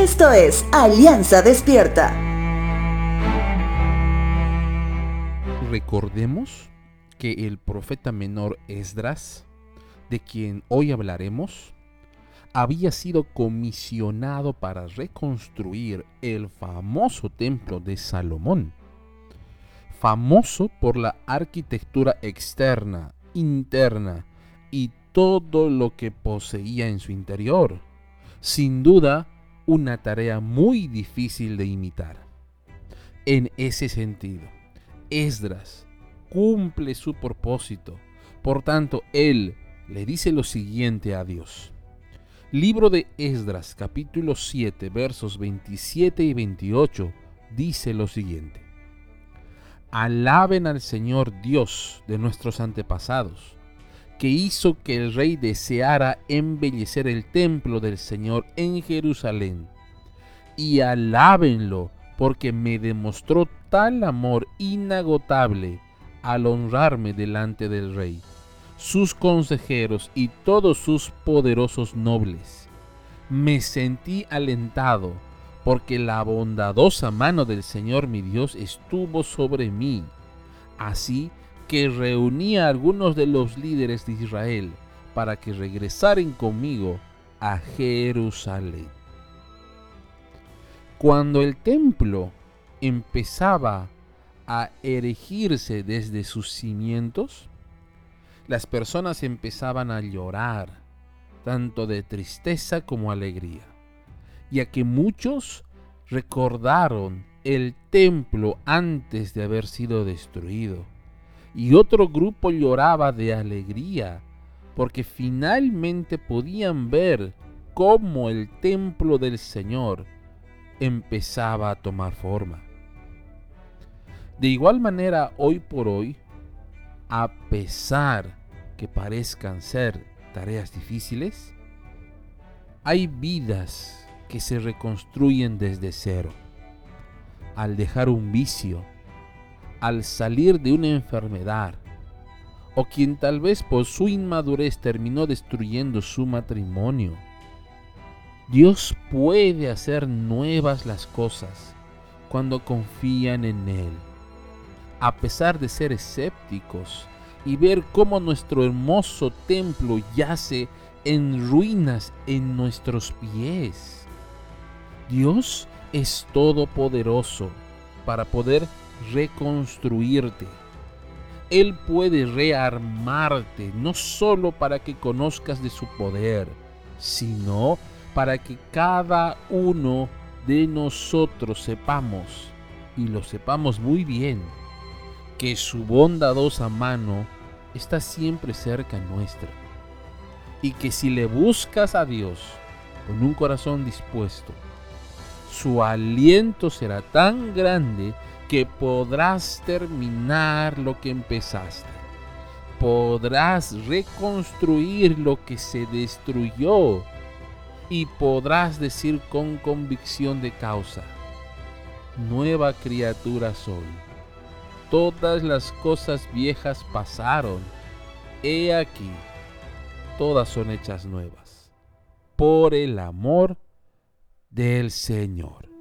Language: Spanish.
Esto es Alianza Despierta. Recordemos que el profeta menor Esdras, de quien hoy hablaremos, había sido comisionado para reconstruir el famoso templo de Salomón, famoso por la arquitectura externa, interna y todo lo que poseía en su interior. Sin duda, una tarea muy difícil de imitar. En ese sentido, Esdras cumple su propósito. Por tanto, él le dice lo siguiente a Dios. Libro de Esdras, capítulo 7, versos 27 y 28, dice lo siguiente. Alaben al Señor Dios de nuestros antepasados, que hizo que el rey deseara embellecer el templo del Señor en Jerusalén. Y alábenlo, porque me demostró tal amor inagotable al honrarme delante del rey, sus consejeros y todos sus poderosos nobles. Me sentí alentado, porque la bondadosa mano del Señor mi Dios estuvo sobre mí. Así que reuní a algunos de los líderes de Israel para que regresaran conmigo a Jerusalén. Cuando el templo empezaba a erigirse desde sus cimientos, las personas empezaban a llorar, tanto de tristeza como alegría, ya que muchos recordaron el templo antes de haber sido destruido, y otro grupo lloraba de alegría, porque finalmente podían ver cómo el templo del Señor empezaba a tomar forma. De igual manera, hoy por hoy, a pesar que parezcan ser tareas difíciles, hay vidas que se reconstruyen desde cero. Al dejar un vicio, al salir de una enfermedad, o quien tal vez por su inmadurez terminó destruyendo su matrimonio. Dios puede hacer nuevas las cosas cuando confían en Él. A pesar de ser escépticos y ver cómo nuestro hermoso templo yace en ruinas en nuestros pies, Dios es todopoderoso para poder reconstruirte. Él puede rearmarte, no solo para que conozcas de su poder, sino para que cada uno de nosotros sepamos, y lo sepamos muy bien, que su bondadosa mano está siempre cerca nuestra, y que si le buscas a Dios con un corazón dispuesto, su aliento será tan grande que podrás terminar lo que empezaste. Podrás reconstruir lo que se destruyó y podrás decir con convicción de causa: nueva criatura soy. Todas las cosas viejas pasaron. He aquí, todas son hechas nuevas. Por el amor del Señor.